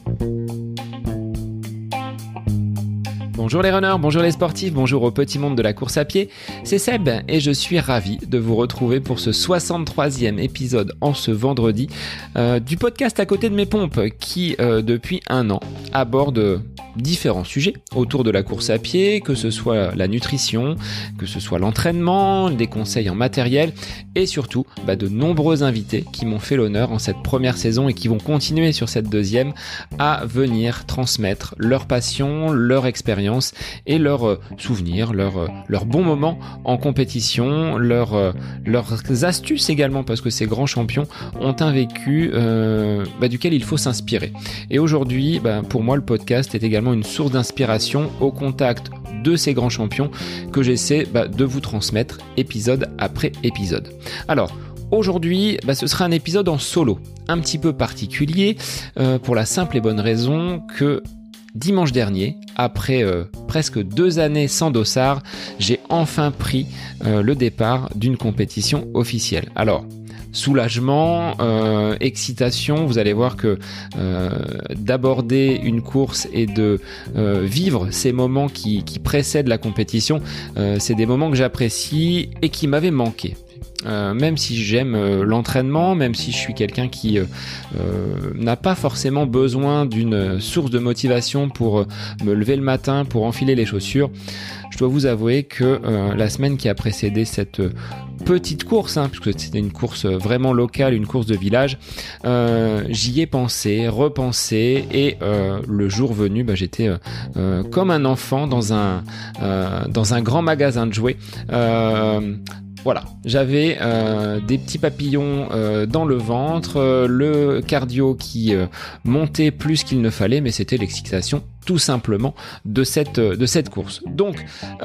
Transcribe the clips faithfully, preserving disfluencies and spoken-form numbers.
Bonjour les runners, bonjour les sportifs, bonjour au petit monde de la course à pied, c'est Seb et je suis ravi de vous retrouver pour ce soixante-troisième épisode en ce vendredi euh, du podcast À côté de mes pompes qui euh, depuis un an aborde différents sujets autour de la course à pied, que ce soit la nutrition, que ce soit l'entraînement, des conseils en matériel et surtout bah, de nombreux invités qui m'ont fait l'honneur en cette première saison et qui vont continuer sur cette deuxième à venir transmettre leur passion, leur expérience et leurs euh, souvenirs, leurs euh, leurs bons moments en compétition, leurs euh, leurs astuces également parce que ces grands champions ont un vécu euh, bah, duquel il faut s'inspirer. Et aujourd'hui, bah, pour moi, le podcast est également une source d'inspiration au contact de ces grands champions que j'essaie bah, de vous transmettre épisode après épisode. Alors, aujourd'hui, bah, ce sera un épisode en solo, un petit peu particulier euh, pour la simple et bonne raison que dimanche dernier, après euh, presque deux années sans dossard, j'ai enfin pris euh, le départ d'une compétition officielle. Alors, soulagement, euh, excitation, vous allez voir que euh, d'aborder une course et de euh, vivre ces moments qui, qui précèdent la compétition, euh, c'est des moments que j'apprécie et qui m'avaient manqué. Euh, même si j'aime euh, l'entraînement, même si je suis quelqu'un qui euh, euh, n'a pas forcément besoin d'une source de motivation pour euh, me lever le matin, pour enfiler les chaussures, je dois vous avouer que euh, la semaine qui a précédé cette euh, petite course, hein, puisque c'était une course vraiment locale, une course de village, euh, j'y ai pensé, repensé et euh, le jour venu, bah, j'étais euh, euh, comme un enfant dans un, euh, dans un grand magasin de jouets. Euh, Voilà, j'avais euh, des petits papillons euh, dans le ventre, euh, le cardio qui euh, montait plus qu'il ne fallait, mais c'était l'excitation tout simplement de cette, de cette course. Donc,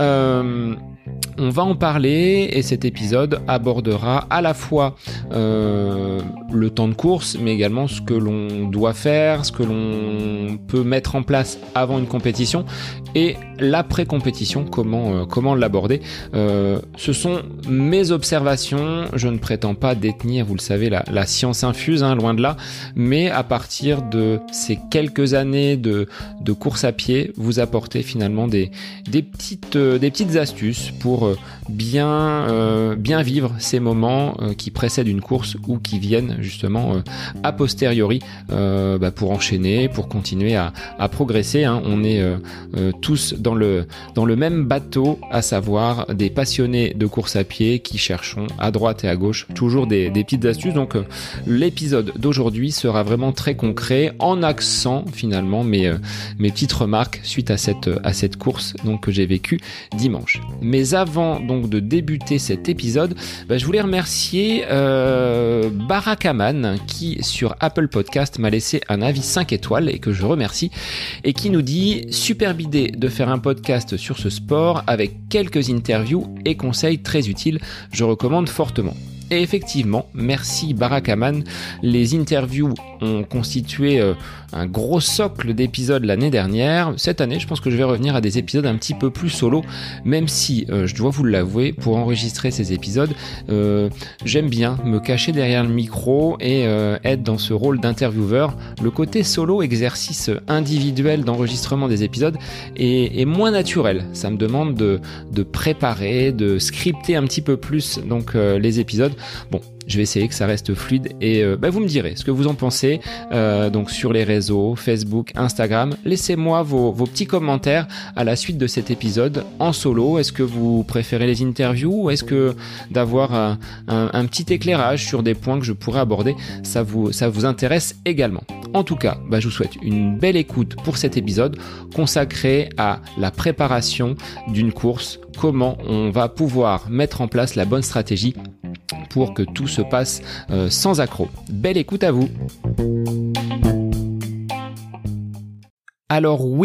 euh, on va en parler et cet épisode abordera à la fois euh, le temps de course, mais également ce que l'on doit faire, ce que l'on peut mettre en place avant une compétition et l'après-compétition, comment, euh, comment l'aborder. Euh, ce sont mes observations, je ne prétends pas détenir, vous le savez, la, la science infuse, hein, loin de là, mais à partir de ces quelques années de, de course à pied, vous apporter finalement des, des, petites, euh, des petites astuces pour euh, bien, euh, bien vivre ces moments euh, qui précèdent une course ou qui viennent justement euh, a posteriori euh, bah, pour enchaîner, pour continuer à, à progresser. Hein. On est euh, euh, tous dans le, dans le même bateau, à savoir des passionnés de course à pied qui cherchons à droite et à gauche toujours des, des petites astuces. Donc euh, l'épisode d'aujourd'hui sera vraiment très concret, en accent finalement mes, euh, mes petites remarques suite à cette, à cette course donc, que j'ai vécue dimanche. Mais avant donc de débuter cet épisode, bah, je voulais remercier euh, Barakaman qui sur Apple Podcast m'a laissé un avis cinq étoiles et que je remercie et qui nous dit: superbe idée de faire un podcast sur ce sport avec quelques interviews et conseils très utiles, je recommande fortement. Et effectivement, merci Barakaman, les interviews ont constitué euh, un gros socle d'épisodes l'année dernière. Cette année, je pense que je vais revenir à des épisodes un petit peu plus solo, même si, euh, je dois vous l'avouer, pour enregistrer ces épisodes, euh, j'aime bien me cacher derrière le micro et euh, être dans ce rôle d'intervieweur. Le côté solo, exercice individuel d'enregistrement des épisodes, est, est moins naturel. Ça me demande de, de préparer, de scripter un petit peu plus donc euh, les épisodes. Bon, je vais essayer que ça reste fluide et euh, bah, vous me direz ce que vous en pensez euh, donc sur les réseaux Facebook, Instagram. Laissez-moi vos, vos petits commentaires à la suite de cet épisode en solo. Est-ce que vous préférez les interviews ou est-ce que d'avoir un, un, un petit éclairage sur des points que je pourrais aborder, ça vous, ça vous intéresse également? En tout cas, bah, je vous souhaite une belle écoute pour cet épisode consacré à la préparation d'une course, comment on va pouvoir mettre en place la bonne stratégie pour que tout se passe euh, sans accroc. Belle écoute à vous. Alors oui,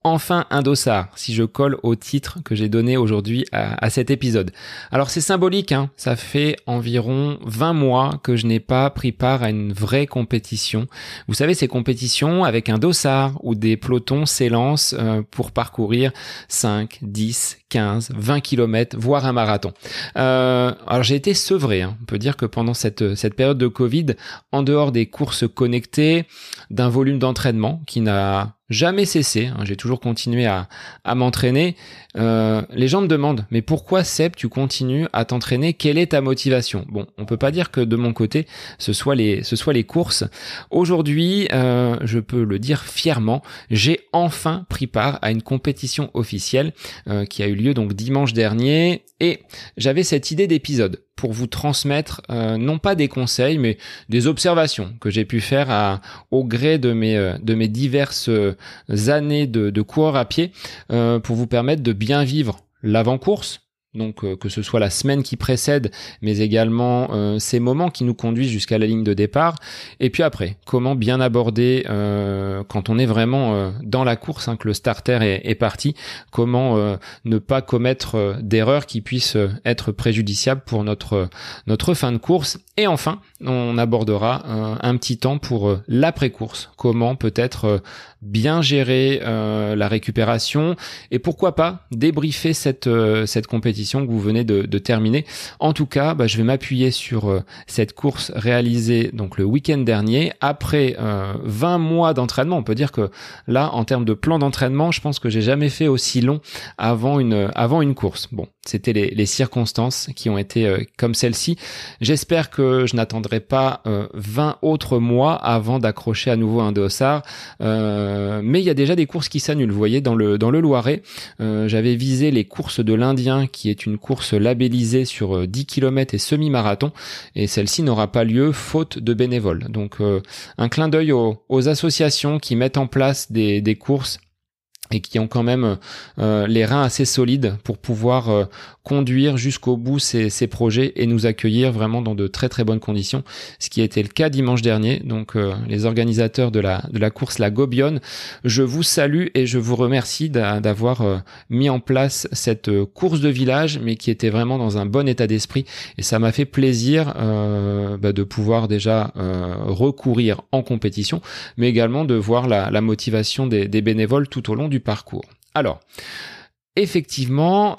enfin un dossard, si je colle au titre que j'ai donné aujourd'hui à, à cet épisode. Alors c'est symbolique, hein, ça fait environ vingt mois que je n'ai pas pris part à une vraie compétition. Vous savez, ces compétitions avec un dossard où des pelotons s'élancent euh, pour parcourir cinq, dix, quinze, vingt kilomètres, voire un marathon. Euh, alors j'ai été sevré, hein. On peut dire que pendant cette, cette période de Covid, en dehors des courses connectées, d'un volume d'entraînement qui n'a jamais cessé, hein, j'ai toujours continué à, à m'entraîner. Euh, les gens me demandent, mais pourquoi Seb, tu continues à t'entraîner? Quelle est ta motivation? Bon, on peut pas dire que de mon côté, ce soit les, ce soit les courses. Aujourd'hui, euh, je peux le dire fièrement, j'ai enfin pris part à une compétition officielle euh, qui a eu lieu donc dimanche dernier, et j'avais cette idée d'épisode pour vous transmettre euh, non pas des conseils mais des observations que j'ai pu faire à, au gré de mes euh, de mes diverses euh, années de, de coureur à pied euh, pour vous permettre de bien vivre l'avant-course. Donc euh, que ce soit la semaine qui précède, mais également euh, ces moments qui nous conduisent jusqu'à la ligne de départ. Et puis après, comment bien aborder euh, quand on est vraiment euh, dans la course, hein, que le starter est, est parti, comment euh, ne pas commettre euh, d'erreurs qui puissent euh, être préjudiciables pour notre euh, notre fin de course. Et enfin, on abordera euh, un petit temps pour euh, l'après-course, comment peut-être euh, bien gérer euh, la récupération et pourquoi pas débriefer cette euh, cette compétition que vous venez de, de terminer. En tout cas, bah, je vais m'appuyer sur euh, cette course réalisée donc le week-end dernier après euh, vingt mois d'entraînement. On peut dire que là, en termes de plan d'entraînement, je pense que j'ai jamais fait aussi long avant une avant une course. Bon, c'était les, les circonstances qui ont été euh, comme celle-ci. J'espère que je n'attendrai pas euh, vingt autres mois avant d'accrocher à nouveau un dossard. Euh, mais il y a déjà des courses qui s'annulent. Vous voyez, dans le dans le Loiret, euh, j'avais visé les courses de l'Indien, qui est une course labellisée sur dix kilomètres et semi-marathon, et celle-ci n'aura pas lieu faute de bénévoles. Donc euh, un clin d'œil aux, aux associations qui mettent en place des, des courses et qui ont quand même euh, les reins assez solides pour pouvoir euh, conduire jusqu'au bout ces, ces projets et nous accueillir vraiment dans de très très bonnes conditions, ce qui a été le cas dimanche dernier. Donc euh, les organisateurs de la de la course La Gobionne, je vous salue et je vous remercie d'a, d'avoir euh, mis en place cette euh, course de village, mais qui était vraiment dans un bon état d'esprit, et ça m'a fait plaisir euh, bah, de pouvoir déjà euh, recourir en compétition, mais également de voir la, la motivation des, des bénévoles tout au long du parcours. Alors, effectivement,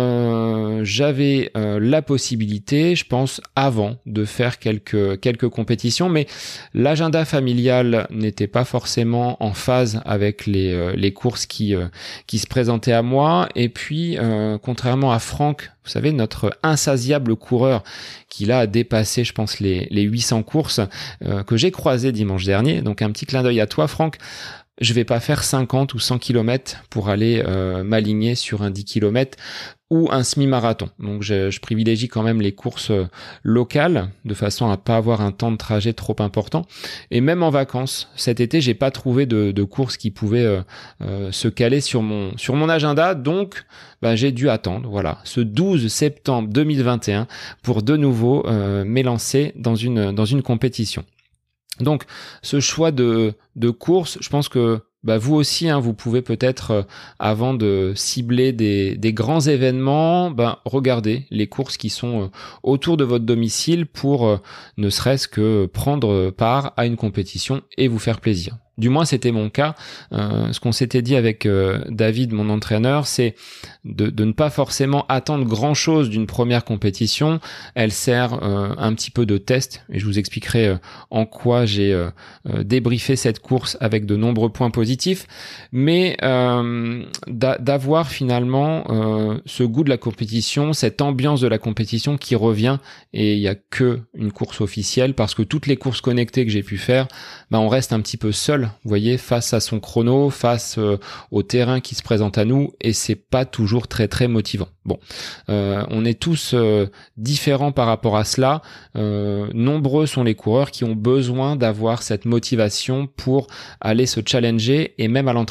euh, j'avais euh, la possibilité, je pense, avant de faire quelques quelques compétitions, mais l'agenda familial n'était pas forcément en phase avec les euh, les courses qui euh, qui se présentaient à moi. Et puis, euh, contrairement à Franck, vous savez, notre insatiable coureur qui là a dépassé, je pense, les les huit cents courses euh, que j'ai croisé dimanche dernier. Donc un petit clin d'œil à toi, Franck. Je vais pas faire cinquante ou cent kilomètres pour aller euh, m'aligner sur un dix kilomètres ou un semi-marathon. Donc je, je privilégie quand même les courses euh, locales de façon à pas avoir un temps de trajet trop important. Et même en vacances, cet été, j'ai pas trouvé de, de course qui pouvait euh, euh, se caler sur mon sur mon agenda. Donc bah, j'ai dû attendre, voilà, ce douze septembre deux mille vingt et un pour de nouveau euh, m'élancer dans une dans une compétition. Donc, ce choix de, de course, je pense que bah, vous aussi, hein, vous pouvez peut-être, euh, avant de cibler des, des grands événements, bah, regarder les courses qui sont euh, autour de votre domicile pour euh, ne serait-ce que prendre part à une compétition et vous faire plaisir. Du moins, c'était mon cas. Euh, ce qu'on s'était dit avec euh, David, mon entraîneur, c'est de, de ne pas forcément attendre grand-chose d'une première compétition. Elle sert euh, un petit peu de test, et je vous expliquerai euh, en quoi j'ai euh, euh, débriefé cette course avec de nombreux points positifs. Mais euh, d'a- d'avoir finalement euh, ce goût de la compétition, cette ambiance de la compétition qui revient, et il y a que une course officielle, parce que toutes les courses connectées que j'ai pu faire, bah, on reste un petit peu seul. Vous voyez, face à son chrono, face euh, au terrain qui se présente à nous, et c'est pas toujours très très motivant. Bon, euh, on est tous euh, différents par rapport à cela. Euh, nombreux sont les coureurs qui ont besoin d'avoir cette motivation pour aller se challenger, et même à l'entraînement.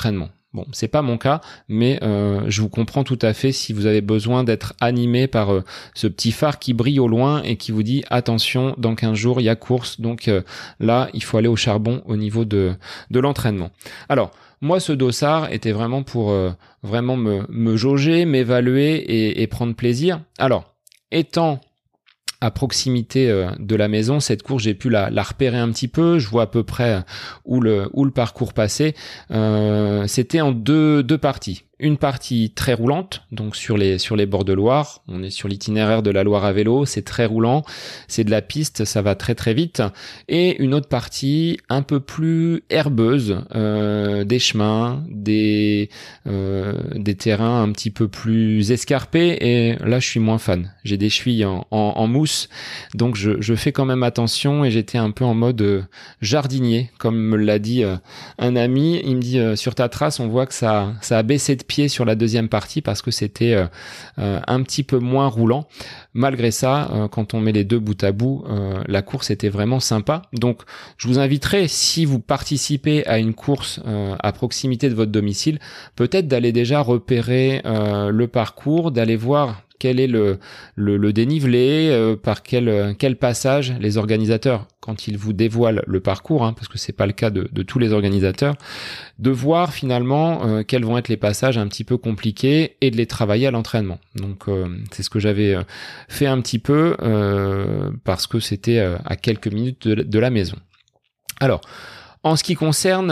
Bon, c'est pas mon cas, mais euh, je vous comprends tout à fait si vous avez besoin d'être animé par euh, ce petit phare qui brille au loin et qui vous dit attention, dans quinze jours il y a course, donc euh, là il faut aller au charbon au niveau de de l'entraînement. Alors moi, ce dossard était vraiment pour euh, vraiment me me jauger, m'évaluer et, et prendre plaisir. Alors, étant à proximité euh, de la maison, cette course, j'ai pu la, la repérer un petit peu. Je vois à peu près où le où le parcours passait. Euh, c'était en deux deux parties. Une partie très roulante, donc sur les sur les bords de Loire. On est sur l'itinéraire de la Loire à vélo. C'est très roulant. C'est de la piste, ça va très très vite. Et une autre partie un peu plus herbeuse, euh, des chemins, des euh, des terrains un petit peu plus escarpés. Et là, je suis moins fan. J'ai des chevilles en, en, en mousse, donc je je fais quand même attention. Et j'étais un peu en mode euh, jardinier, comme me l'a dit euh, un ami. Il me dit euh, sur ta trace, on voit que ça ça a baissé de pied sur la deuxième partie parce que c'était euh, euh, un petit peu moins roulant. Malgré ça, euh, quand on met les deux bout à bout, euh, la course était vraiment sympa. Donc, je vous inviterai, si vous participez à une course euh, à proximité de votre domicile, peut-être d'aller déjà repérer euh, le parcours, d'aller voir quel est le, le, le dénivelé, euh, par quel, quel passage les organisateurs, quand ils vous dévoilent le parcours, hein, parce que c'est pas le cas de, de tous les organisateurs, de voir finalement euh, quels vont être les passages un petit peu compliqués et de les travailler à l'entraînement. Donc euh, c'est ce que j'avais fait un petit peu euh, parce que c'était euh, à quelques minutes de, de la maison. Alors, en ce qui concerne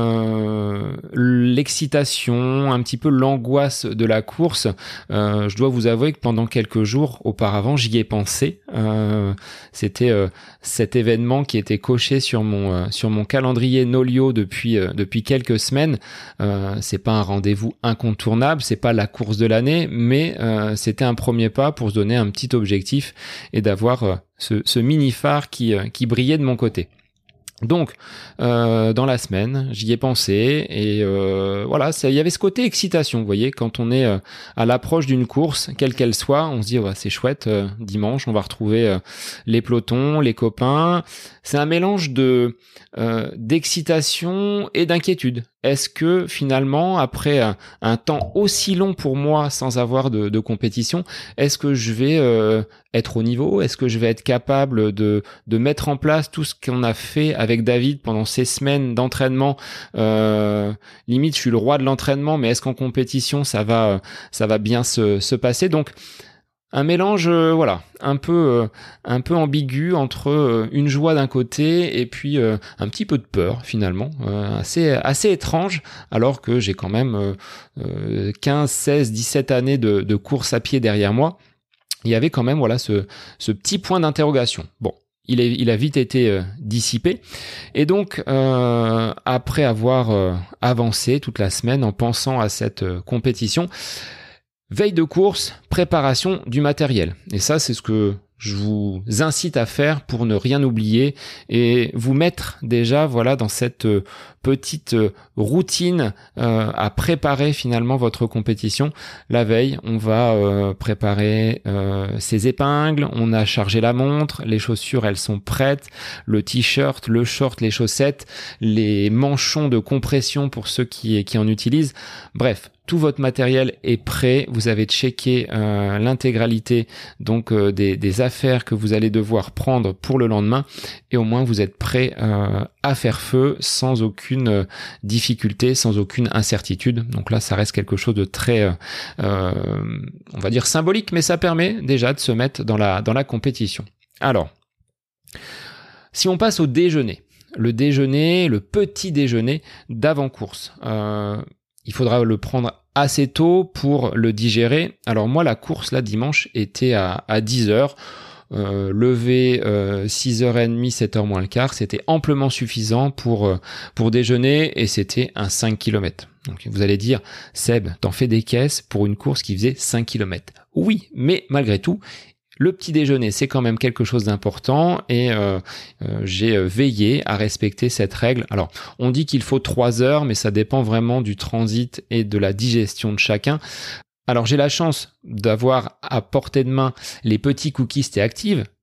euh, l'excitation, un petit peu l'angoisse de la course, euh, je dois vous avouer que pendant quelques jours auparavant, j'y ai pensé. Euh, c'était euh, cet événement qui était coché sur mon euh, sur mon calendrier Nolio depuis euh, depuis quelques semaines. Euh, c'est pas un rendez-vous incontournable, c'est pas la course de l'année, mais euh, c'était un premier pas pour se donner un petit objectif et d'avoir euh, ce, ce mini phare qui euh, qui brillait de mon côté. Donc, euh, dans la semaine, j'y ai pensé et euh, voilà, il y avait ce côté excitation, vous voyez, quand on est euh, à l'approche d'une course, quelle qu'elle soit, on se dit ouais, c'est chouette, euh, dimanche, on va retrouver euh, les pelotons, les copains. C'est un mélange de euh, d'excitation et d'inquiétude. Est-ce que finalement, après un, un temps aussi long pour moi sans avoir de, de compétition, est-ce que je vais euh, être au niveau? Est-ce que je vais être capable de, de mettre en place tout ce qu'on a fait avec David pendant ces semaines d'entraînement? euh, Limite, je suis le roi de l'entraînement, mais est-ce qu'en compétition, ça va, ça va bien se, se passer? Donc, un mélange, euh, voilà, un peu, euh, un peu ambigu entre euh, une joie d'un côté et puis euh, un petit peu de peur finalement, euh, assez, assez étrange, alors que j'ai quand même euh, euh, quinze, seize, dix-sept années de, de course à pied derrière moi. Il y avait quand même, voilà, ce, ce petit point d'interrogation. Bon. Il, est, il a vite été euh, dissipé. Et donc, euh, après avoir euh, avancé toute la semaine en pensant à cette euh, compétition, veille de course, préparation du matériel. Et ça, c'est ce que je vous incite à faire pour ne rien oublier et vous mettre déjà, voilà, dans cette euh, petite euh, routine euh, à préparer finalement votre compétition. La veille, on va euh, préparer euh, ses épingles, on a chargé la montre, les chaussures, elles sont prêtes, le t-shirt, le short, les chaussettes, les manchons de compression pour ceux qui, qui en utilisent. Bref, tout votre matériel est prêt. Vous avez checké euh, l'intégralité donc euh, des, des affaires que vous allez devoir prendre pour le lendemain et au moins vous êtes prêt euh, à faire feu sans aucune euh, difficulté, sans aucune incertitude. Donc là, ça reste quelque chose de très, euh, euh, on va dire symbolique, mais ça permet déjà de se mettre dans la dans la compétition. Alors, si on passe au déjeuner, le déjeuner, le petit déjeuner d'avant-course. Euh, Il faudra le prendre assez tôt pour le digérer. Alors moi, la course, là, dimanche, était à, à dix heures. Euh, lever euh, six heures trente, sept heures moins le quart, c'était amplement suffisant pour, euh, pour déjeuner et c'était un cinq kilomètres. Donc vous allez dire, Seb, t'en fais des caisses pour une course qui faisait cinq kilomètres. Oui, mais malgré tout, le petit déjeuner, c'est quand même quelque chose d'important et euh, euh, j'ai veillé à respecter cette règle. Alors, on dit qu'il faut trois heures, mais ça dépend vraiment du transit et de la digestion de chacun. Alors, j'ai la chance d'avoir à portée de main les petits cookies Stay Active.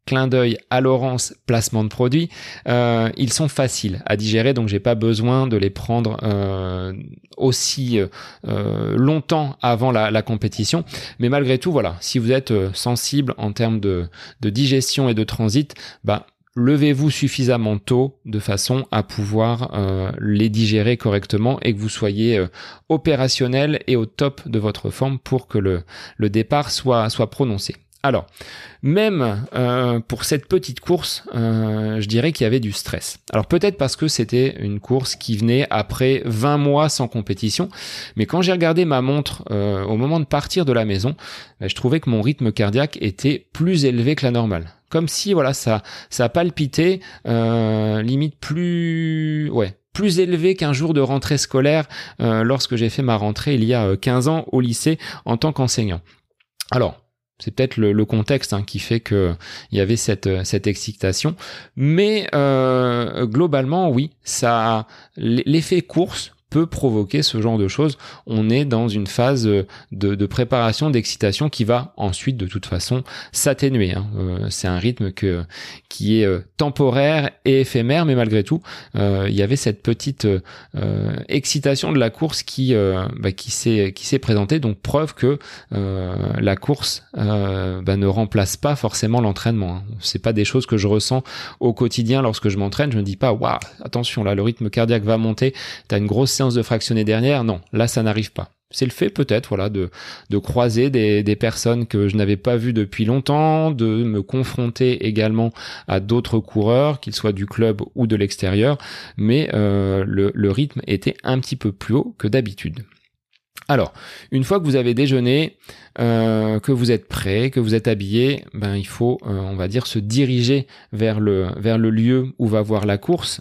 clin d'œil à Laurence, placement de produit, euh, ils sont faciles à digérer, donc j'ai pas besoin de les prendre euh, aussi euh, longtemps avant la, la compétition. Mais malgré tout, voilà, si vous êtes sensible en termes de, de digestion et de transit, bah levez-vous suffisamment tôt de façon à pouvoir euh, les digérer correctement et que vous soyez euh, opérationnel et au top de votre forme pour que le, le départ soit, soit prononcé. Alors, même euh, pour cette petite course, euh, je dirais qu'il y avait du stress. Alors peut-être parce que c'était une course qui venait après vingt mois sans compétition, mais quand j'ai regardé ma montre euh, au moment de partir de la maison, bah, je trouvais que mon rythme cardiaque était plus élevé que la normale. Comme si voilà ça ça palpitait euh, limite plus ouais plus élevé qu'un jour de rentrée scolaire euh, lorsque j'ai fait ma rentrée il y a quinze ans au lycée en tant qu'enseignant. Alors c'est peut-être le, le contexte hein, qui fait que il y avait cette cette excitation, mais euh, globalement oui, ça l'effet course peut provoquer ce genre de choses. On est dans une phase de, de préparation, d'excitation qui va ensuite de toute façon s'atténuer. Hein. Euh, c'est un rythme que, qui est euh, temporaire et éphémère, mais malgré tout, euh, il y avait cette petite euh, excitation de la course qui, euh, bah, qui s'est, qui s'est présentée. Donc preuve que euh, la course euh, bah, ne remplace pas forcément l'entraînement. Hein. C'est pas des choses que je ressens au quotidien lorsque je m'entraîne. Je me dis pas, waouh, attention là, le rythme cardiaque va monter. T'as une grosse séance de fractionné dernière, non, là ça n'arrive pas. C'est le fait peut-être voilà de de croiser des des personnes que je n'avais pas vues depuis longtemps, de me confronter également à d'autres coureurs, qu'ils soient du club ou de l'extérieur, mais euh, le le rythme était un petit peu plus haut que d'habitude. Alors, une fois que vous avez déjeuné, euh, que vous êtes prêt, que vous êtes habillé, ben il faut euh, on va dire se diriger vers le vers le lieu où va voir la course.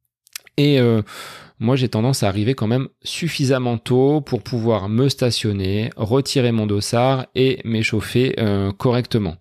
Et euh, moi, j'ai tendance à arriver quand même suffisamment tôt pour pouvoir me stationner, retirer mon dossard et m'échauffer euh, correctement.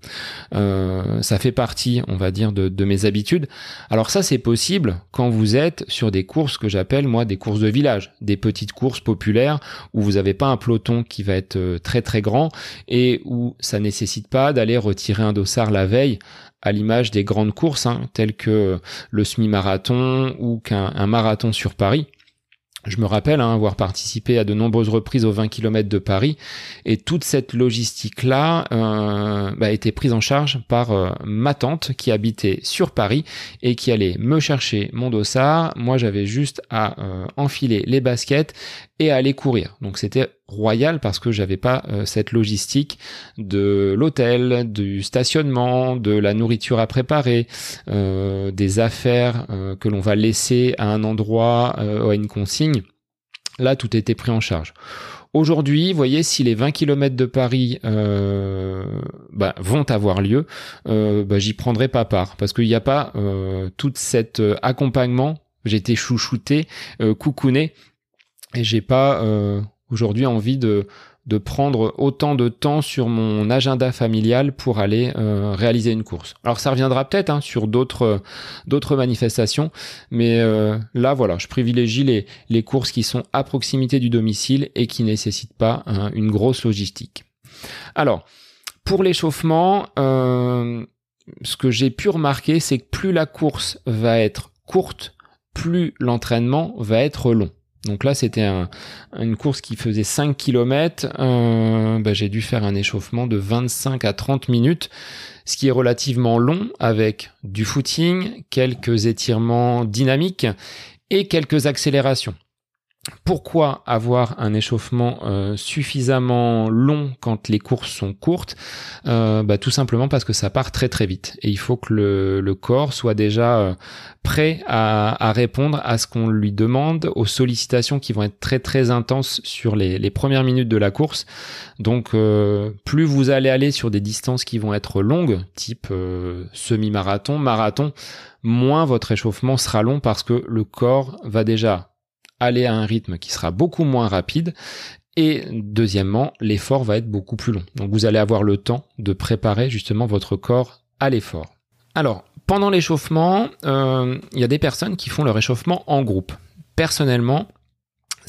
Euh, ça fait partie, on va dire, de, de mes habitudes. Alors ça, c'est possible quand vous êtes sur des courses que j'appelle, moi, des courses de village, des petites courses populaires où vous n'avez pas un peloton qui va être très très grand et où ça nécessite pas d'aller retirer un dossard la veille, à l'image des grandes courses, hein, telles que le semi-marathon ou qu'un un marathon sur Paris. Je me rappelle hein, avoir participé à de nombreuses reprises aux vingt kilomètres de Paris et toute cette logistique-là euh, bah, était prise en charge par euh, ma tante qui habitait sur Paris et qui allait me chercher mon dossard. Moi, j'avais juste à euh, enfiler les baskets et à aller courir. Donc, c'était royal parce que j'avais pas euh, cette logistique de l'hôtel, du stationnement, de la nourriture à préparer, euh, des affaires euh, que l'on va laisser à un endroit, euh, à une consigne. Là, tout était pris en charge. Aujourd'hui, vous voyez, si les vingt kilomètres de Paris euh, bah, vont avoir lieu, euh, bah, j'y prendrai pas part parce qu'il n'y a pas euh, tout cet euh, accompagnement. J'ai été chouchouté, euh, coucouné et j'ai pas euh, aujourd'hui envie de de prendre autant de temps sur mon agenda familial pour aller euh, réaliser une course. Alors ça reviendra peut-être hein, sur d'autres euh, d'autres manifestations, mais euh, là voilà, je privilégie les les courses qui sont à proximité du domicile et qui nécessitent pas hein, une grosse logistique. Alors pour l'échauffement, euh, ce que j'ai pu remarquer, c'est que plus la course va être courte, plus l'entraînement va être long. Donc là, c'était un, une course qui faisait cinq kilomètres. Euh, bah, j'ai dû faire un échauffement de vingt-cinq à trente minutes, ce qui est relativement long avec du footing, quelques étirements dynamiques et quelques accélérations. Pourquoi avoir un échauffement euh, suffisamment long quand les courses sont courtes ? euh, bah, Tout simplement parce que ça part très très vite et il faut que le, le corps soit déjà euh, prêt à, à répondre à ce qu'on lui demande, aux sollicitations qui vont être très très intenses sur les, les premières minutes de la course. Donc euh, plus vous allez aller sur des distances qui vont être longues, type euh, semi-marathon, marathon, moins votre échauffement sera long parce que le corps va déjà aller à un rythme qui sera beaucoup moins rapide et deuxièmement, l'effort va être beaucoup plus long. Donc vous allez avoir le temps de préparer justement votre corps à l'effort. Alors, pendant l'échauffement, euh, il y a des personnes qui font leur échauffement en groupe. Personnellement,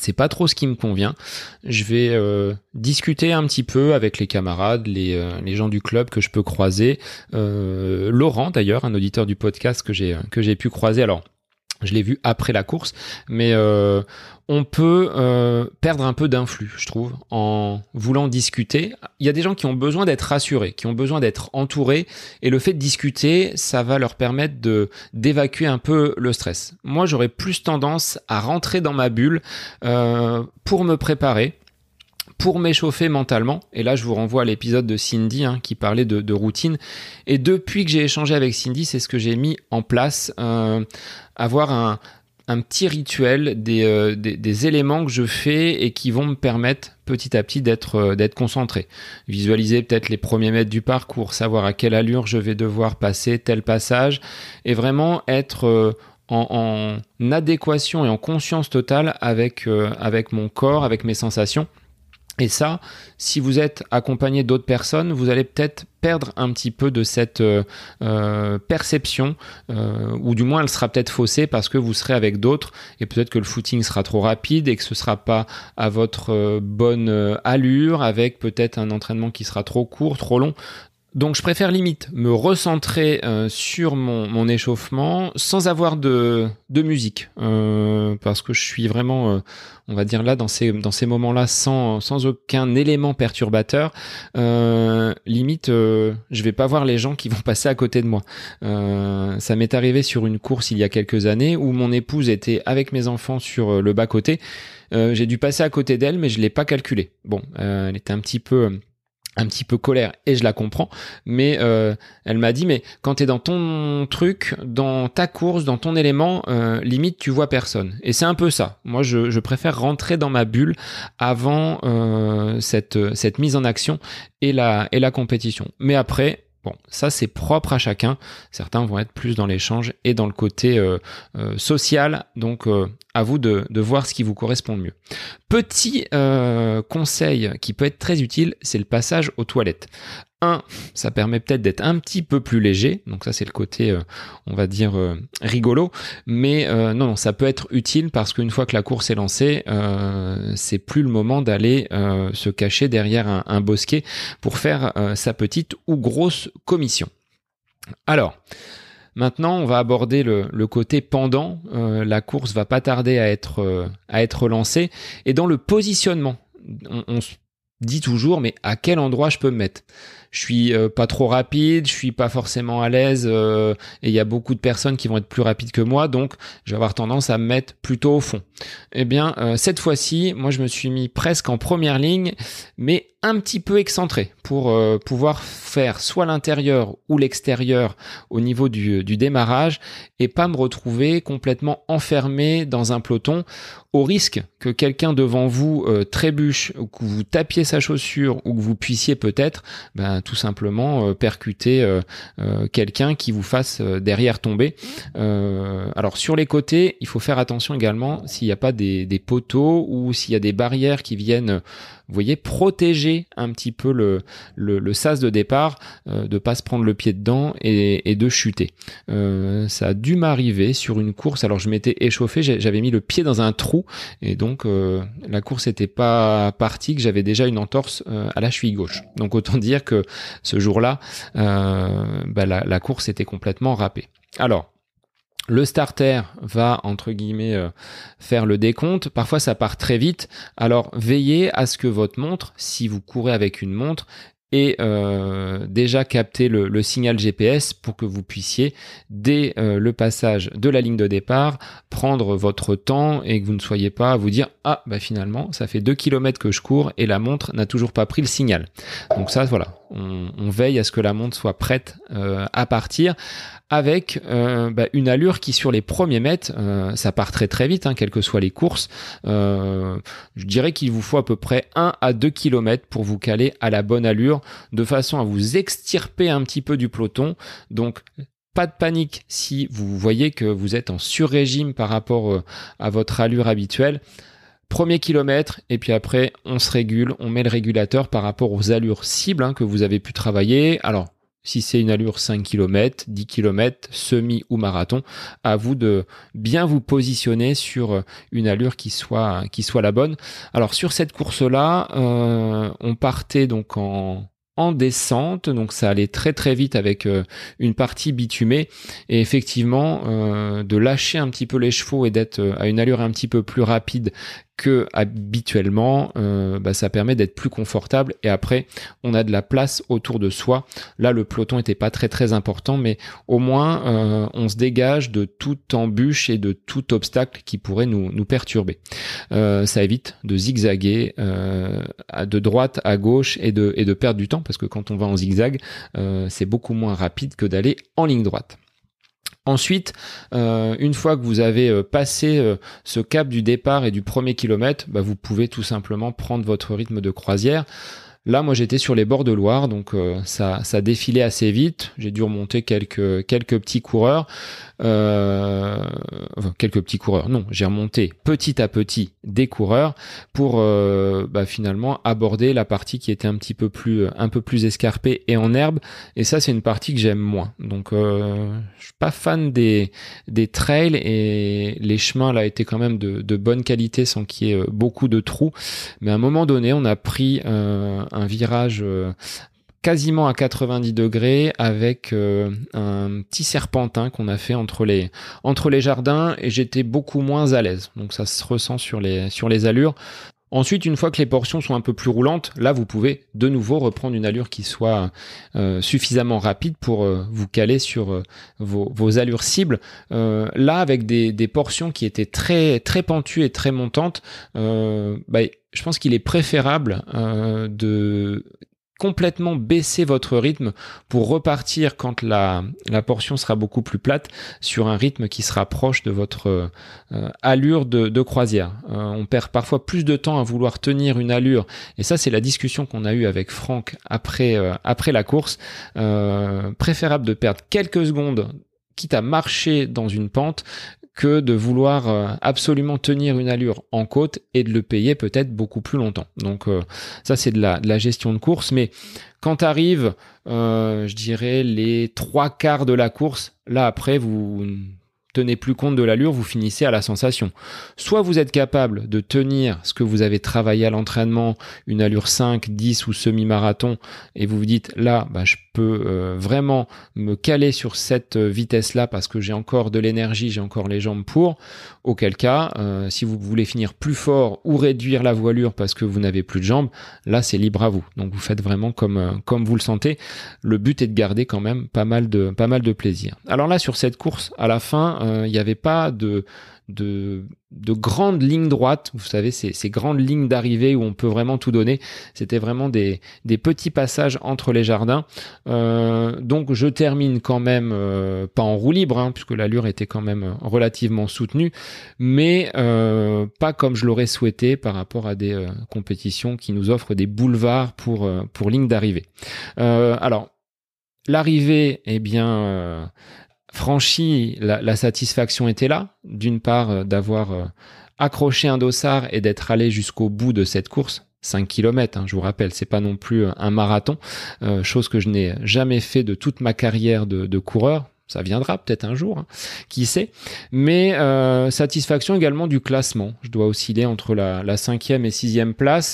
c'est pas trop ce qui me convient. Je vais euh, discuter un petit peu avec les camarades, les, euh, les gens du club que je peux croiser. Euh, Laurent d'ailleurs, un auditeur du podcast que j'ai que j'ai pu croiser. Alors, je l'ai vu après la course, mais euh, on peut euh, perdre un peu d'influx, je trouve, en voulant discuter. Il y a des gens qui ont besoin d'être rassurés, qui ont besoin d'être entourés, et le fait de discuter, ça va leur permettre de d'évacuer un peu le stress. Moi, j'aurais plus tendance à rentrer dans ma bulle euh, pour me préparer, pour m'échauffer mentalement. Et là, je vous renvoie à l'épisode de Cindy hein, qui parlait de, de routine. Et depuis que j'ai échangé avec Cindy, c'est ce que j'ai mis en place. Euh, avoir un, un petit rituel, des, euh, des, des éléments que je fais et qui vont me permettre petit à petit d'être, euh, d'être concentré. Visualiser peut-être les premiers mètres du parcours, savoir à quelle allure je vais devoir passer tel passage et vraiment être... Euh, En, en adéquation et en conscience totale avec, euh, avec mon corps, avec mes sensations. Et ça, si vous êtes accompagné d'autres personnes, vous allez peut-être perdre un petit peu de cette euh, euh, perception, euh, ou du moins elle sera peut-être faussée parce que vous serez avec d'autres et peut-être que le footing sera trop rapide et que ce sera pas à votre euh, bonne euh, allure, avec peut-être un entraînement qui sera trop court, trop long. Donc je préfère limite me recentrer euh, sur mon, mon échauffement sans avoir de, de musique euh, parce que je suis vraiment, euh, on va dire là, dans ces, dans ces moments-là sans, sans aucun élément perturbateur. Euh, limite, euh, je vais pas voir les gens qui vont passer à côté de moi. Euh, ça m'est arrivé sur une course il y a quelques années où mon épouse était avec mes enfants sur le bas-côté. Euh, j'ai dû passer à côté d'elle mais je l'ai pas calculé. Bon, euh, elle était un petit peu... un petit peu colère et je la comprends, mais euh, elle m'a dit mais quand t'es dans ton truc, dans ta course, dans ton élément, euh, limite tu vois personne. Et c'est un peu ça. Moi je, je préfère rentrer dans ma bulle avant euh, cette, cette mise en action et la, et la compétition. Mais après, bon, ça c'est propre à chacun. Certains vont être plus dans l'échange et dans le côté euh, euh, social. Donc euh, à vous de, de voir ce qui vous correspond le mieux. Petit euh, conseil qui peut être très utile, c'est le passage aux toilettes. Un, ça permet peut-être d'être un petit peu plus léger, donc ça c'est le côté, euh, on va dire, euh, rigolo, mais euh, non, non, ça peut être utile parce qu'une fois que la course est lancée, euh, c'est plus le moment d'aller euh, se cacher derrière un, un bosquet pour faire euh, sa petite ou grosse commission. Alors, maintenant, on va aborder le, le côté pendant. Euh, la course va pas tarder à être, euh, à être lancée. Et dans le positionnement, on, on se dit toujours, mais à quel endroit je peux me mettre ? Je suis euh, pas trop rapide, je suis pas forcément à l'aise euh, et il y a beaucoup de personnes qui vont être plus rapides que moi, donc je vais avoir tendance à me mettre plutôt au fond. Eh bien, euh, cette fois-ci, moi je me suis mis presque en première ligne, mais un petit peu excentré pour euh, pouvoir faire soit l'intérieur ou l'extérieur au niveau du, du démarrage et pas me retrouver complètement enfermé dans un peloton au risque que quelqu'un devant vous euh, trébuche ou que vous tapiez sa chaussure ou que vous puissiez peut-être ben, tout simplement euh, percuter euh, euh, quelqu'un qui vous fasse euh, derrière tomber. Euh, alors sur les côtés, il faut faire attention également s'il n'y a pas des, des poteaux ou s'il y a des barrières qui viennent, vous voyez, protéger un petit peu le, le, le sas de départ, euh, de pas se prendre le pied dedans et, et de chuter. Euh, ça a dû m'arriver sur une course. Alors je m'étais échauffé, j'avais mis le pied dans un trou et donc euh, la course n'était pas partie, que j'avais déjà une entorse euh, à la cheville gauche. Donc autant dire que ce jour-là, euh, bah, la, la course était complètement râpée. Alors, le starter va, entre guillemets, euh, faire le décompte. Parfois, ça part très vite. Alors, veillez à ce que votre montre, si vous courez avec une montre, ait euh, déjà capté le, le signal G P S pour que vous puissiez, dès euh, le passage de la ligne de départ, prendre votre temps et que vous ne soyez pas à vous dire « Ah, bah finalement, ça fait deux kilomètres que je cours et la montre n'a toujours pas pris le signal. » Donc ça, voilà, on, on veille à ce que la montre soit prête euh, à partir, avec euh, bah, une allure qui sur les premiers mètres, euh, ça part très très vite, hein, quelles que soient les courses. Euh, je dirais qu'il vous faut à peu près un à deux kilomètres pour vous caler à la bonne allure, de façon à vous extirper un petit peu du peloton. Donc pas de panique si vous voyez que vous êtes en sur-régime par rapport euh, à votre allure habituelle. Premier kilomètre, et puis après on se régule, on met le régulateur par rapport aux allures cibles hein, que vous avez pu travailler. Alors Si c'est une allure cinq kilomètres, dix kilomètres, semi ou marathon, à vous de bien vous positionner sur une allure qui soit, qui soit la bonne. Alors sur cette course-là, euh, on partait donc en... en descente, donc ça allait très très vite avec euh, une partie bitumée et effectivement euh, de lâcher un petit peu les chevaux et d'être euh, à une allure un petit peu plus rapide que habituellement, euh, bah, ça permet d'être plus confortable et après on a de la place autour de soi. Là le peloton était pas très très important, mais au moins euh, on se dégage de toute embûche et de tout obstacle qui pourrait nous, nous perturber. Euh, ça évite de zigzaguer euh, de droite à gauche et de, et de perdre du temps parce que quand on va en zigzag, euh, c'est beaucoup moins rapide que d'aller en ligne droite. Ensuite, euh, une fois que vous avez euh, passé euh, ce cap du départ et du premier kilomètre, bah, vous pouvez tout simplement prendre votre rythme de croisière. Là, moi, j'étais sur les bords de Loire, donc euh, ça, ça défilait assez vite. J'ai dû remonter quelques quelques petits coureurs, euh, enfin, quelques petits coureurs. Non, j'ai remonté petit à petit des coureurs pour euh, bah, finalement aborder la partie qui était un petit peu plus un peu plus escarpée et en herbe. Et ça, c'est une partie que j'aime moins. Donc, euh, je suis pas fan des des trails et les chemins là étaient quand même de de bonne qualité sans qu'il y ait beaucoup de trous. Mais à un moment donné, on a pris euh, un virage euh, quasiment à quatre-vingt-dix degrés avec euh, un petit serpentin qu'on a fait entre les entre les jardins et j'étais beaucoup moins à l'aise. Donc ça se ressent sur les sur les allures. Ensuite, une fois que les portions sont un peu plus roulantes, là, vous pouvez de nouveau reprendre une allure qui soit euh, suffisamment rapide pour euh, vous caler sur euh, vos, vos allures cibles. Euh, là, avec des, des portions qui étaient très très pentues et très montantes, euh, bah, je pense qu'il est préférable euh, de complètement baisser votre rythme pour repartir quand la, la portion sera beaucoup plus plate sur un rythme qui sera proche de votre euh, allure de, de croisière. Euh, on perd parfois plus de temps à vouloir tenir une allure et ça c'est la discussion qu'on a eue avec Franck après, euh, après la course. Euh, préférable de perdre quelques secondes quitte à marcher dans une pente que de vouloir euh, absolument tenir une allure en côte et de le payer peut-être beaucoup plus longtemps. Donc euh, ça c'est de la, de la gestion de course, mais quand arrive, euh, je dirais, les trois quarts de la course, là après vous tenez plus compte de l'allure, vous finissez à la sensation. Soit vous êtes capable de tenir ce que vous avez travaillé à l'entraînement, une allure cinq, dix ou semi-marathon, et vous vous dites là, bah, je peux euh, vraiment me caler sur cette vitesse-là parce que j'ai encore de l'énergie, j'ai encore les jambes pour. Auquel cas, euh, si vous voulez finir plus fort ou réduire la voilure parce que vous n'avez plus de jambes, là c'est libre à vous. Donc vous faites vraiment comme euh, comme vous le sentez. Le but est de garder quand même pas mal de pas mal de plaisir. Alors là sur cette course, à la fin, il euh, n'y avait pas de de de grandes lignes droites, vous savez, ces, ces grandes lignes d'arrivée où on peut vraiment tout donner. C'était vraiment des, des petits passages entre les jardins. Euh, donc je termine quand même, euh, pas en roue libre, hein, puisque l'allure était quand même relativement soutenue, mais euh, pas comme je l'aurais souhaité par rapport à des euh, compétitions qui nous offrent des boulevards pour, euh, pour ligne d'arrivée. Euh, alors, l'arrivée, eh bien... Euh, franchi, la, la satisfaction était là, d'une part euh, d'avoir euh, accroché un dossard et d'être allé jusqu'au bout de cette course, cinq kilomètres, hein, je vous rappelle, c'est pas non plus un marathon, euh, chose que je n'ai jamais fait de toute ma carrière de, de coureur. Ça viendra peut-être un jour, hein, qui sait. Mais euh, satisfaction également du classement. Je dois osciller entre la, la cinquième et sixième place.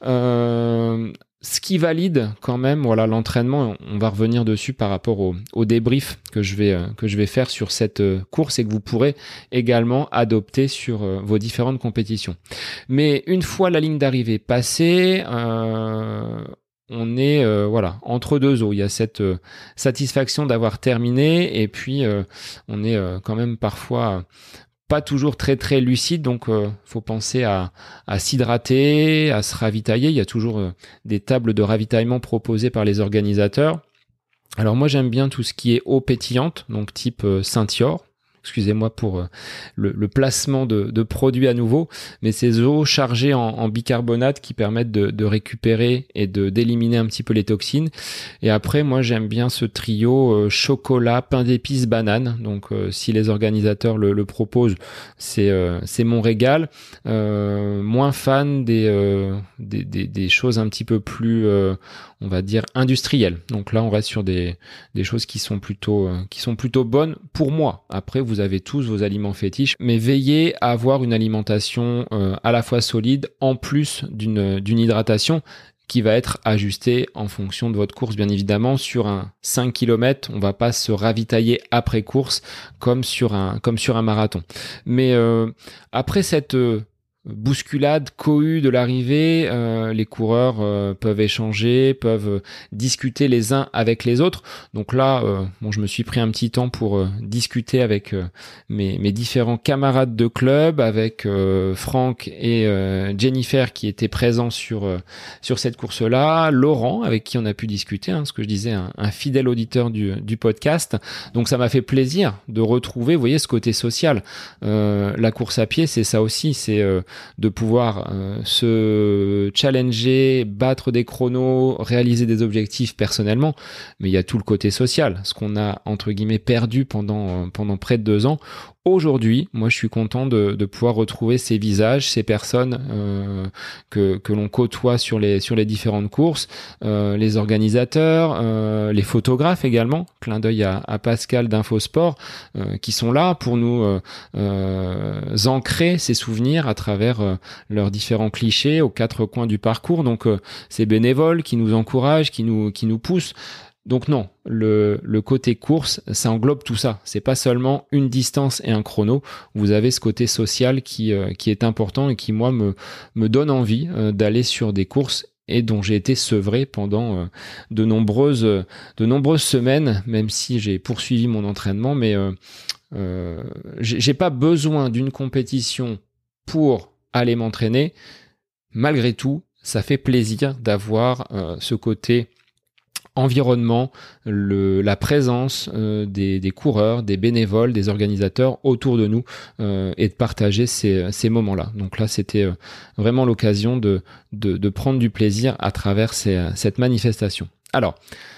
Euh, Ce qui valide quand même, voilà, l'entraînement, on va revenir dessus par rapport au, au débrief que je vais euh, que je vais faire sur cette euh, course et que vous pourrez également adopter sur euh, vos différentes compétitions. Mais une fois la ligne d'arrivée passée, euh, on est euh, voilà entre deux eaux. Il y a cette euh, satisfaction d'avoir terminé et puis euh, on est euh, quand même parfois pas toujours très très lucide, donc euh, faut penser à, à s'hydrater, à se ravitailler. Il y a toujours euh, des tables de ravitaillement proposées par les organisateurs. Alors moi j'aime bien tout ce qui est eau pétillante, donc type euh, Saint-Yor. excusez-moi pour euh, le, le placement de, de produits à nouveau, mais ces eaux chargées en, en bicarbonate qui permettent de, de récupérer et de d'éliminer un petit peu les toxines. Et après, moi, j'aime bien ce trio euh, chocolat, pain d'épices, banane. Donc, euh, si les organisateurs le, le proposent, c'est euh, c'est mon régal. Euh, moins fan des, euh, des, des des choses un petit peu plus, euh, on va dire, industrielles. Donc là, on reste sur des des choses qui sont plutôt euh, qui sont plutôt bonnes pour moi. Après, vous avez tous vos aliments fétiches, mais veillez à avoir une alimentation euh, à la fois solide, en plus d'une d'une hydratation qui va être ajustée en fonction de votre course. Bien évidemment, sur un cinq kilomètres, on va pas se ravitailler après course comme sur un comme sur un marathon. Mais euh, après cette euh, bousculade, cohue de l'arrivée, euh, les coureurs euh, peuvent échanger, peuvent euh, discuter les uns avec les autres. Donc là, euh, bon, je me suis pris un petit temps pour euh, discuter avec euh, mes, mes différents camarades de club, avec euh, Franck et euh, Jennifer qui étaient présents sur euh, sur cette course-là, Laurent avec qui on a pu discuter, hein, ce que je disais, un, un fidèle auditeur du, du podcast. Donc ça m'a fait plaisir de retrouver, vous voyez, ce côté social. Euh, la course à pied, c'est ça aussi, c'est euh, de pouvoir euh, se challenger, battre des chronos, réaliser des objectifs personnellement, mais il y a tout le côté social, ce qu'on a entre guillemets perdu pendant, pendant près de deux ans. Aujourd'hui, moi, je suis content de, de pouvoir retrouver ces visages, ces personnes euh, que, que l'on côtoie sur les, sur les différentes courses, euh, les organisateurs, euh, les photographes également, clin d'œil à, à Pascal d'Infosport, euh, qui sont là pour nous euh, euh, ancrer ces souvenirs à travers euh, leurs différents clichés aux quatre coins du parcours. Donc, euh, ces bénévoles qui nous encouragent, qui nous, qui nous poussent. Donc non, le, le côté course, ça englobe tout ça. C'est pas seulement une distance et un chrono. Vous avez ce côté social qui, euh, qui est important et qui, moi, me, me donne envie euh, d'aller sur des courses et dont j'ai été sevré pendant euh, de nombreuses, de nombreuses semaines, même si j'ai poursuivi mon entraînement. Mais euh, euh, j'ai, j'ai pas besoin d'une compétition pour aller m'entraîner. Malgré tout, ça fait plaisir d'avoir euh, ce côté environnement, le, la présence euh, des, des coureurs, des bénévoles, des organisateurs autour de nous euh, et de partager ces, ces moments-là. Donc là, c'était euh, vraiment l'occasion de, de, de prendre du plaisir à travers ces, cette manifestation. Alors,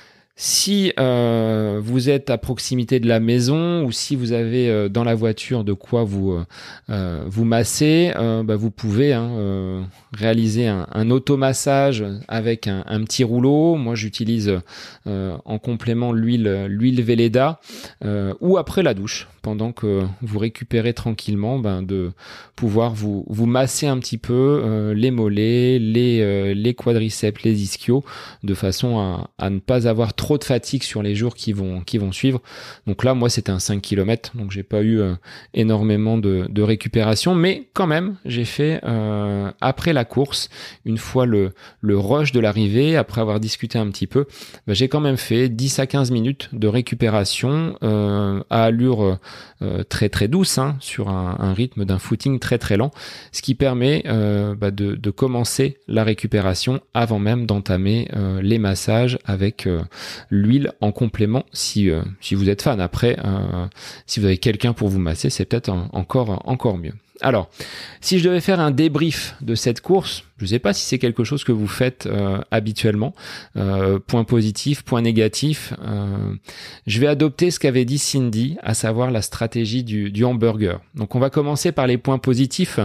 si euh, vous êtes à proximité de la maison ou si vous avez euh, dans la voiture de quoi vous euh, vous masser, euh, bah, vous pouvez hein, euh, réaliser un, un automassage avec un, un petit rouleau. Moi, j'utilise euh, en complément l'huile l'huile Velleda euh, ou après la douche, pendant que vous récupérez tranquillement, ben, de pouvoir vous vous masser un petit peu euh, les mollets, les euh, les quadriceps, les ischios, de façon à, à ne pas avoir trop trop de fatigue sur les jours qui vont qui vont suivre. Donc là, moi, c'était un cinq kilomètres, donc j'ai pas eu euh, énormément de, de récupération, mais quand même, j'ai fait euh, après la course, une fois le le rush de l'arrivée, après avoir discuté un petit peu, bah, j'ai quand même fait dix à quinze minutes de récupération euh, à allure euh, très très douce, hein, sur un, un rythme d'un footing très très lent, ce qui permet euh, bah, de, de commencer la récupération avant même d'entamer euh, les massages avec euh, l'huile en complément si euh, si vous êtes fan. Après, euh, si vous avez quelqu'un pour vous masser, c'est peut-être un, encore encore mieux. Alors, si je devais faire un débrief de cette course, je ne sais pas si c'est quelque chose que vous faites euh, habituellement, euh, point positif, point négatif, euh, je vais adopter ce qu'avait dit Cindy, à savoir la stratégie du, du hamburger. Donc on va commencer par les points positifs.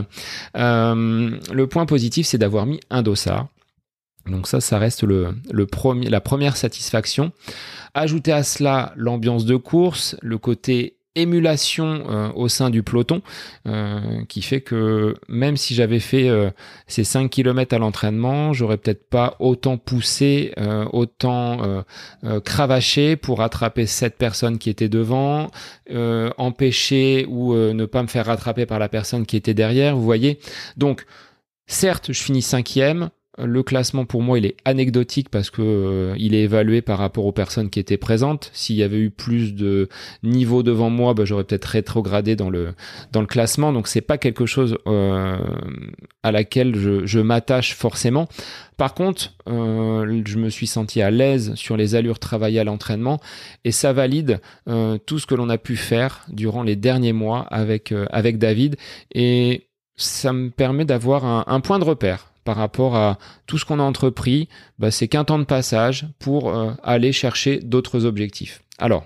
Euh, le point positif, c'est d'avoir mis un dossard. Donc ça, ça reste le, le premier, la première satisfaction. Ajoutez à cela l'ambiance de course, le côté émulation euh, au sein du peloton, euh, qui fait que même si j'avais fait euh, ces cinq kilomètres à l'entraînement, j'aurais peut-être pas autant poussé, euh, autant euh, euh, cravaché pour rattraper cette personne qui était devant, euh, empêcher ou euh, ne pas me faire rattraper par la personne qui était derrière, vous voyez. Donc, certes, je finis cinquième, le classement pour moi il est anecdotique parce que euh, il est évalué par rapport aux personnes qui étaient présentes. S'il y avait eu plus de niveaux devant moi, bah, j'aurais peut-être rétrogradé dans le dans le classement. Donc c'est pas quelque chose euh, à laquelle je, je m'attache forcément. Par contre, euh, je me suis senti à l'aise sur les allures travaillées à l'entraînement et ça valide euh, tout ce que l'on a pu faire durant les derniers mois avec euh, avec David et ça me permet d'avoir un, un point de repère par rapport à tout ce qu'on a entrepris. Bah, c'est qu'un temps de passage pour euh, aller chercher d'autres objectifs. Alors,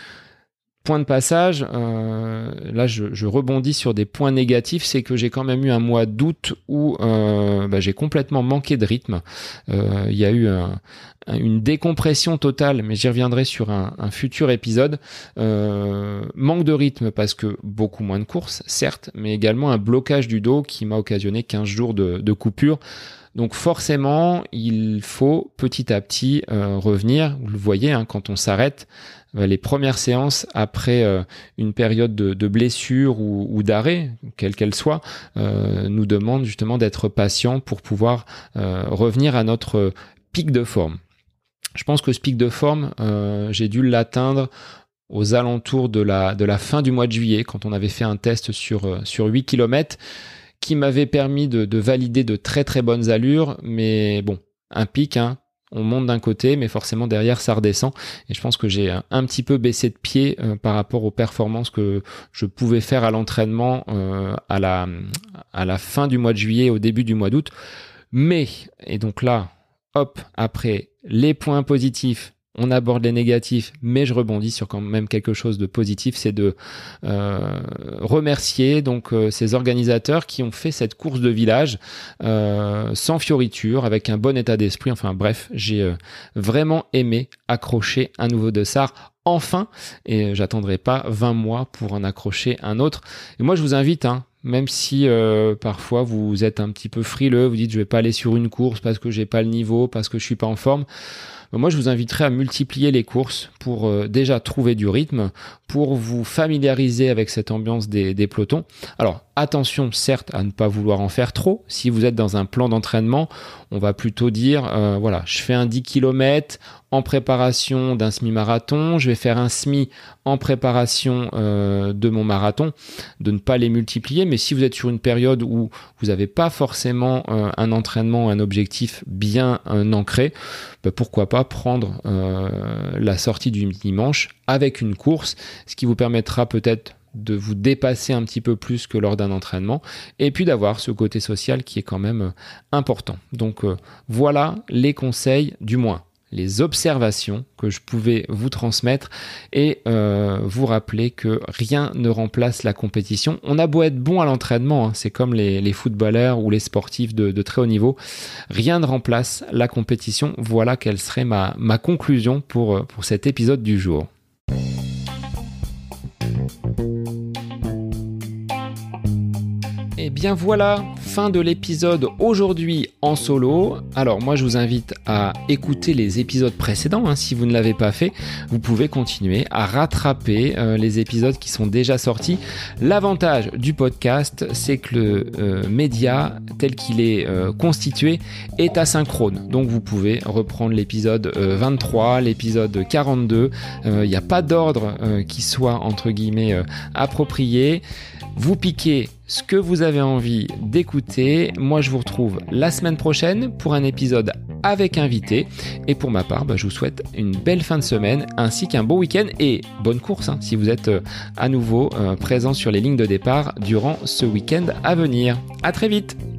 point de passage, euh, là je, je rebondis sur des points négatifs, c'est que j'ai quand même eu un mois d'août où euh, bah, j'ai complètement manqué de rythme. Euh, il y a eu un, un, une décompression totale, mais j'y reviendrai sur un, un futur épisode. Euh, manque de rythme parce que beaucoup moins de courses, certes, mais également un blocage du dos qui m'a occasionné quinze jours de, de coupure. Donc forcément, il faut petit à petit euh, revenir. Vous le voyez, hein, quand on s'arrête, euh, les premières séances après euh, une période de, de blessure ou, ou d'arrêt, quelle qu'elle soit, euh, nous demandent justement d'être patient pour pouvoir euh, revenir à notre pic de forme. Je pense que ce pic de forme, euh, j'ai dû l'atteindre aux alentours de la, de la fin du mois de juillet, quand on avait fait un test sur, euh, sur huit kilomètres, qui m'avait permis de, de valider de très très bonnes allures, mais bon, un pic, hein, on monte d'un côté, mais forcément derrière ça redescend, et je pense que j'ai un, un petit peu baissé de pied euh, par rapport aux performances que je pouvais faire à l'entraînement euh, à, la, à la fin du mois de juillet, au début du mois d'août, mais, et donc là, hop, après les points positifs, on aborde les négatifs, mais je rebondis sur quand même quelque chose de positif, c'est de euh, remercier donc euh, ces organisateurs qui ont fait cette course de village euh, sans fioriture, avec un bon état d'esprit. Enfin bref, j'ai euh, vraiment aimé accrocher un nouveau dossard. Enfin, et j'attendrai pas vingt mois pour en accrocher un autre. Et moi, je vous invite, hein, même si euh, parfois vous êtes un petit peu frileux, vous dites je vais pas aller sur une course parce que j'ai pas le niveau, parce que je suis pas en forme. Moi, je vous inviterai à multiplier les courses pour euh, déjà trouver du rythme, pour vous familiariser avec cette ambiance des, des pelotons. Alors, attention, certes, à ne pas vouloir en faire trop. Si vous êtes dans un plan d'entraînement, on va plutôt dire, euh, voilà, je fais un dix kilomètres en préparation d'un semi-marathon, je vais faire un semi en préparation euh, de mon marathon, de ne pas les multiplier. Mais si vous êtes sur une période où vous n'avez pas forcément euh, un entraînement, un objectif bien euh, ancré, bah, pourquoi pas prendre euh, la sortie du dimanche avec une course, ce qui vous permettra peut-être de vous dépasser un petit peu plus que lors d'un entraînement et puis d'avoir ce côté social qui est quand même important. Donc euh, voilà les conseils, du moins les observations que je pouvais vous transmettre et euh, vous rappeler que rien ne remplace la compétition. On a beau être bon à l'entraînement, hein, c'est comme les, les footballeurs ou les sportifs de, de très haut niveau, rien ne remplace la compétition. Voilà quelle serait ma, ma conclusion pour, pour cet épisode du jour. Et bien voilà, fin de l'épisode aujourd'hui en solo. Alors moi je vous invite à écouter les épisodes précédents, hein, si vous ne l'avez pas fait. Vous pouvez continuer à rattraper euh, les épisodes qui sont déjà sortis. L'avantage du podcast, c'est que le euh, média tel qu'il est euh, constitué est asynchrone. Donc vous pouvez reprendre l'épisode euh, vingt-trois, l'épisode quarante-deux. Il euh, n'y a pas d'ordre euh, qui soit entre guillemets euh, approprié. Vous piquez ce que vous avez envie d'écouter. Moi, je vous retrouve la semaine prochaine pour un épisode avec invité. Et pour ma part, bah, je vous souhaite une belle fin de semaine ainsi qu'un bon week-end et bonne course hein, si vous êtes euh, à nouveau euh, présent sur les lignes de départ durant ce week-end à venir. À très vite.